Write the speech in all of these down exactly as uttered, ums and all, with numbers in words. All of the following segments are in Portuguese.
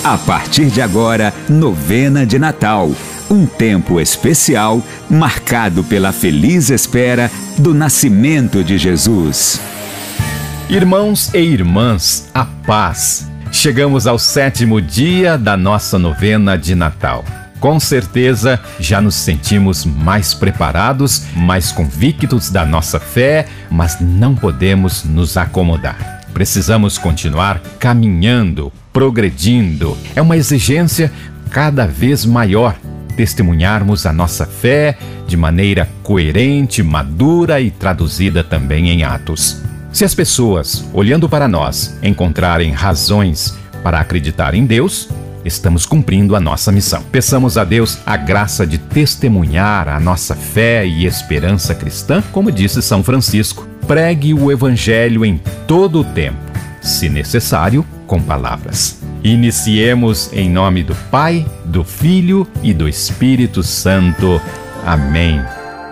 A partir de agora, Novena de Natal. Um tempo especial marcado pela feliz espera do nascimento de Jesus. Irmãos e irmãs, a paz. Chegamos ao sétimo dia da nossa novena de Natal. Com certeza, já nos sentimos mais preparados, mais convictos da nossa fé, mas não podemos nos acomodar. Precisamos continuar caminhando, progredindo. É uma exigência cada vez maior testemunharmos a nossa fé de maneira coerente, madura e traduzida também em atos. Se as pessoas, olhando para nós, encontrarem razões para acreditar em Deus, estamos cumprindo a nossa missão. Peçamos a Deus a graça de testemunhar a nossa fé e esperança cristã, como disse São Francisco. Pregue o Evangelho em todo o tempo, se necessário, com palavras. Iniciemos em nome do Pai, do Filho e do Espírito Santo. Amém.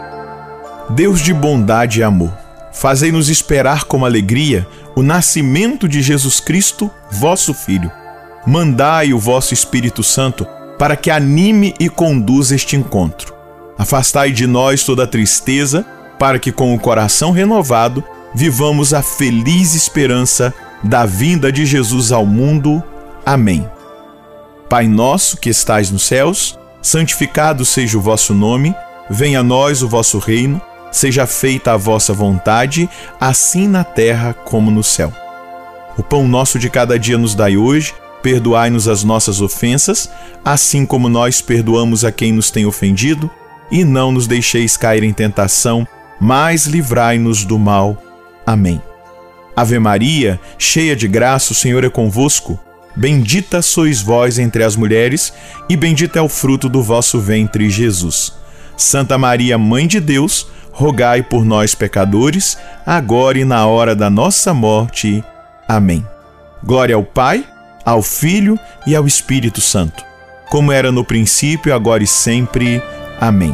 Deus de bondade e amor, fazei-nos esperar com alegria o nascimento de Jesus Cristo, vosso Filho. Mandai o vosso Espírito Santo para que anime e conduza este encontro. Afastai de nós toda a tristeza, para que com o coração renovado vivamos a feliz esperança da vinda de Jesus ao mundo. Amém. Pai nosso que estais nos céus, santificado seja o vosso nome, venha a nós o vosso reino, seja feita a vossa vontade, assim na terra como no céu. O pão nosso de cada dia nos dai hoje, perdoai-nos as nossas ofensas, assim como nós perdoamos a quem nos tem ofendido, e não nos deixeis cair em tentação, mas livrai-nos do mal. Amém. Ave Maria, cheia de graça, o Senhor é convosco. Bendita sois vós entre as mulheres, e bendito é o fruto do vosso ventre, Jesus. Santa Maria, Mãe de Deus, rogai por nós, pecadores, agora e na hora da nossa morte. Amém. Glória ao Pai, ao Filho e ao Espírito Santo, como era no princípio, agora e sempre. Amém.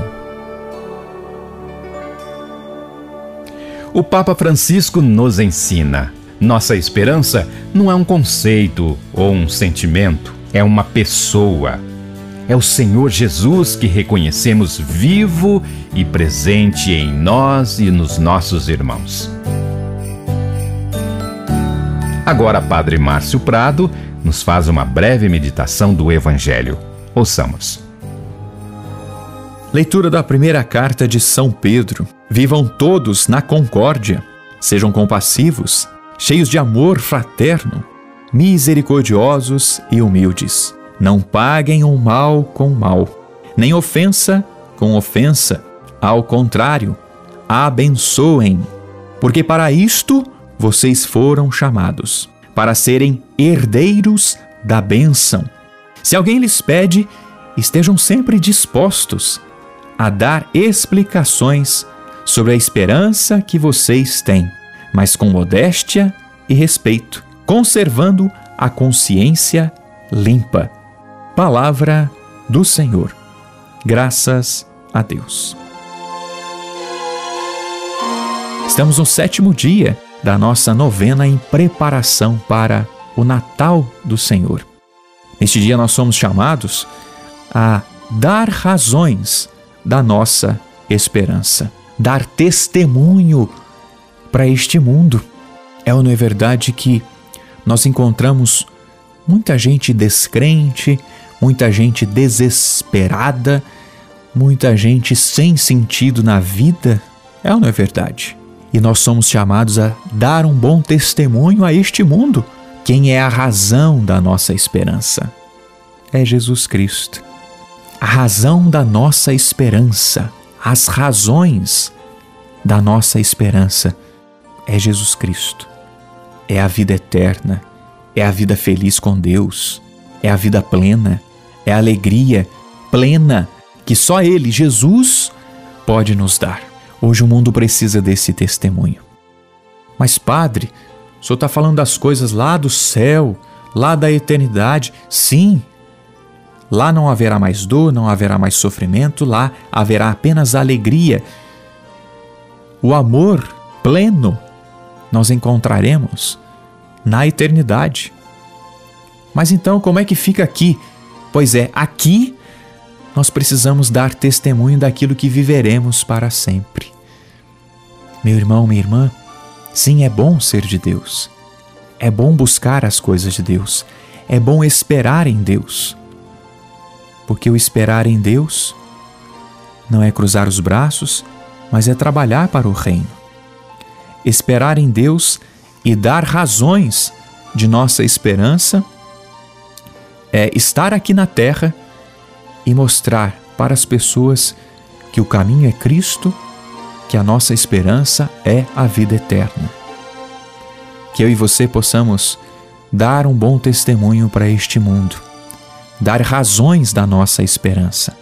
O Papa Francisco nos ensina: nossa esperança não é um conceito ou um sentimento, é uma pessoa. É o Senhor Jesus que reconhecemos vivo e presente em nós e nos nossos irmãos. Agora, Padre Márcio Prado nos faz uma breve meditação do Evangelho. Ouçamos. Leitura da primeira carta de São Pedro. Vivam todos na concórdia, sejam compassivos, cheios de amor fraterno, misericordiosos e humildes. Não paguem o mal com mal, nem ofensa com ofensa. Ao contrário, abençoem, porque para isto vocês foram chamados, para serem herdeiros da bênção. Se alguém lhes pede, estejam sempre dispostos a dar explicações sobre a esperança que vocês têm, mas com modéstia e respeito, conservando a consciência limpa. Palavra do Senhor. Graças a Deus. Estamos no sétimo dia da nossa novena em preparação para o Natal do Senhor. Neste dia nós somos chamados a dar razões da nossa esperança, dar testemunho para este mundo. É ou não é verdade que nós encontramos muita gente descrente, muita gente desesperada, muita gente sem sentido na vida? É ou não é verdade? E nós somos chamados a dar um bom testemunho a este mundo. Quem é a razão da nossa esperança? É Jesus Cristo. A razão da nossa esperança, as razões da nossa esperança é Jesus Cristo. É a vida eterna, é a vida feliz com Deus, é a vida plena, é a alegria plena que só Ele, Jesus, pode nos dar. Hoje o mundo precisa desse testemunho. Mas, Padre, o senhor está falando das coisas lá do céu, lá da eternidade. Sim, lá não haverá mais dor, não haverá mais sofrimento, lá haverá apenas alegria. O amor pleno nós encontraremos na eternidade. Mas então, como é que fica aqui? Pois é, aqui nós precisamos dar testemunho daquilo que viveremos para sempre. Meu irmão, minha irmã, sim, é bom ser de Deus. É bom buscar as coisas de Deus. É bom esperar em Deus. Porque o esperar em Deus não é cruzar os braços, mas é trabalhar para o reino. Esperar em Deus e dar razões de nossa esperança é estar aqui na terra e mostrar para as pessoas que o caminho é Cristo, que a nossa esperança é a vida eterna. Que eu e você possamos dar um bom testemunho para este mundo, dar razões da nossa esperança.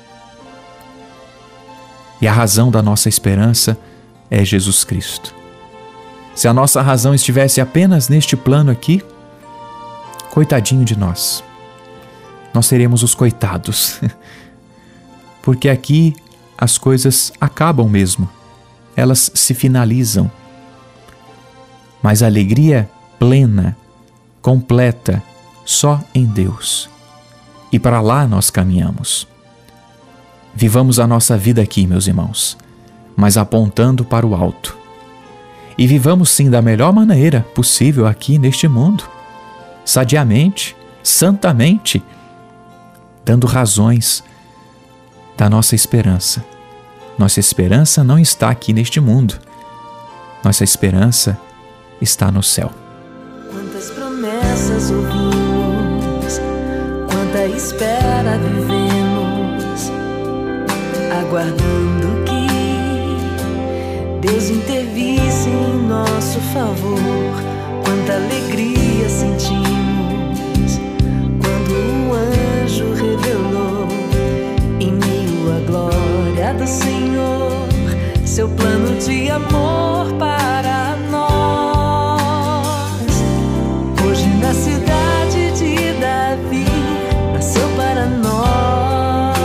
E a razão da nossa esperança é Jesus Cristo. Se a nossa razão estivesse apenas neste plano aqui, coitadinho de nós. Nós seremos os coitados. Porque aqui as coisas acabam mesmo. Elas se finalizam. Mas a alegria plena, completa, só em Deus. E para lá nós caminhamos. Vivamos a nossa vida aqui, meus irmãos, mas apontando para o alto. E vivamos sim da melhor maneira possível aqui neste mundo, sadiamente, santamente, dando razões da nossa esperança. Nossa esperança não está aqui neste mundo. Nossa esperança está no céu. Quantas promessas ouvimos, quanta espera vivemos, aguardando que Deus intervisse em nosso favor. Quanta alegria sentimos quando o anjo revelou em meio à glória do Senhor seu plano de amor para nós. Hoje na cidade de Davi nasceu para nós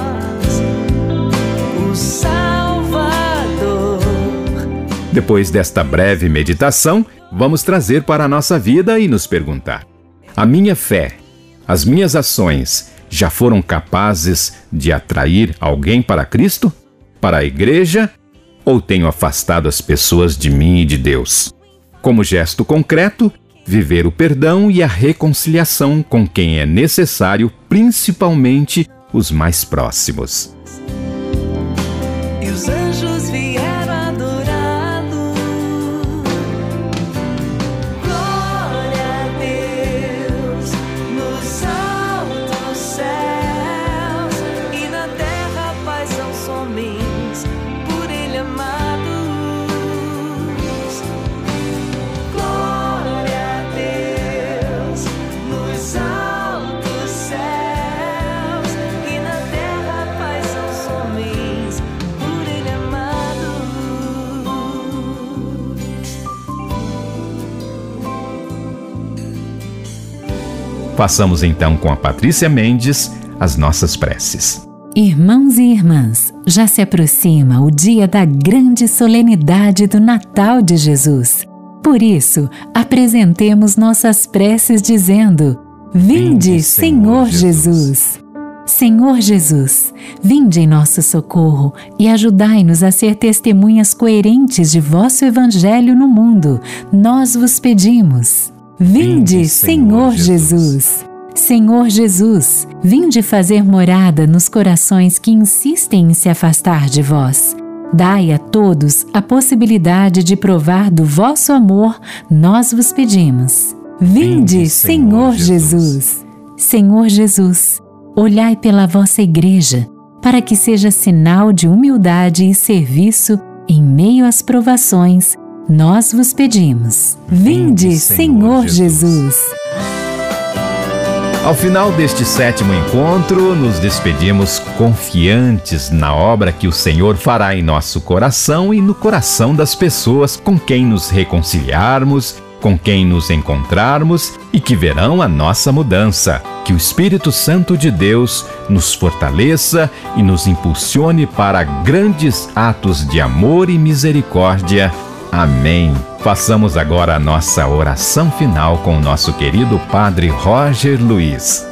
o Salvador. Depois desta breve meditação, vamos trazer para a nossa vida e nos perguntar: a minha fé, as minhas ações já foram capazes de atrair alguém para Cristo, para a igreja, ou tenho afastado as pessoas de mim e de Deus? Como gesto concreto, viver o perdão e a reconciliação com quem é necessário, principalmente os mais próximos. E os anjos vieram adorá-lo. Glória a Deus nos altos céus, e na terra paz aos homens por Ele amados. Glória a Deus nos altos céus, e na terra paz aos homens por Ele amados. Façamos então com a Patrícia Mendes as nossas preces. Irmãos e irmãs, já se aproxima o dia da grande solenidade do Natal de Jesus. Por isso, apresentemos nossas preces dizendo: Vinde, Senhor Jesus! Senhor Jesus, vinde em nosso socorro e ajudai-nos a ser testemunhas coerentes de vosso Evangelho no mundo. Nós vos pedimos. Vinde, Senhor Jesus! Senhor Jesus, vinde fazer morada nos corações que insistem em se afastar de vós. Dai a todos a possibilidade de provar do vosso amor, nós vos pedimos. Vinde, Senhor Jesus! Senhor Jesus, olhai pela vossa Igreja, para que seja sinal de humildade e serviço em meio às provações, nós vos pedimos. Vinde, Senhor Jesus! Ao final deste sétimo encontro, nos despedimos confiantes na obra que o Senhor fará em nosso coração e no coração das pessoas com quem nos reconciliarmos, com quem nos encontrarmos e que verão a nossa mudança. Que o Espírito Santo de Deus nos fortaleça e nos impulsione para grandes atos de amor e misericórdia. Amém. Façamos agora a nossa oração final com o nosso querido Padre Roger Luiz.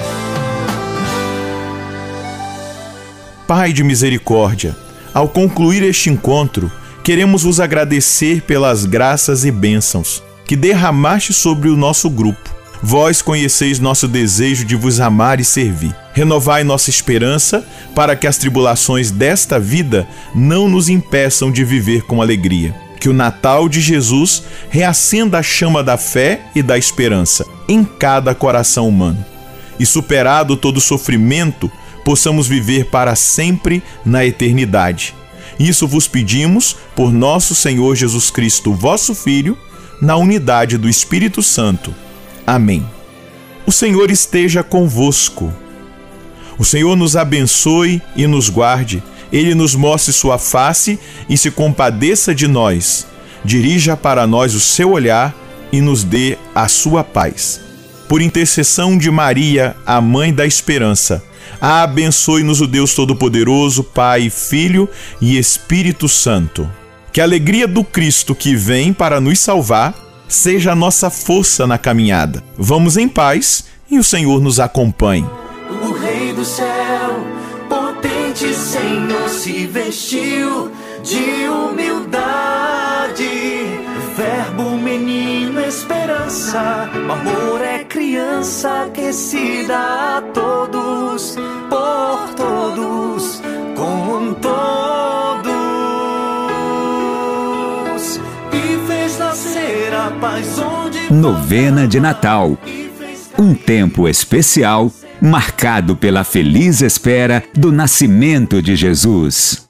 Pai de misericórdia, ao concluir este encontro, queremos vos agradecer pelas graças e bênçãos que derramaste sobre o nosso grupo. Vós conheceis nosso desejo de vos amar e servir. Renovai nossa esperança para que as tribulações desta vida não nos impeçam de viver com alegria. Que o Natal de Jesus reacenda a chama da fé e da esperança em cada coração humano. E superado todo sofrimento, possamos viver para sempre na eternidade. Isso vos pedimos por nosso Senhor Jesus Cristo, vosso Filho, na unidade do Espírito Santo. Amém. O Senhor esteja convosco. O Senhor nos abençoe e nos guarde. Ele nos mostre sua face e se compadeça de nós. Dirija para nós o seu olhar e nos dê a sua paz. Por intercessão de Maria, a Mãe da Esperança, abençoe-nos o Deus Todo-Poderoso, Pai, Filho e Espírito Santo. Que a alegria do Cristo que vem para nos salvar seja a nossa força na caminhada. Vamos em paz e o Senhor nos acompanhe. O Rei do céu, potente Senhor, se vestiu de humildade. Verbo, menino, esperança, o amor é criança aquecida a todos, por todos, com todos. E fez nascer a paz onde... Novena de Natal. Um tempo especial marcado pela feliz espera do nascimento de Jesus.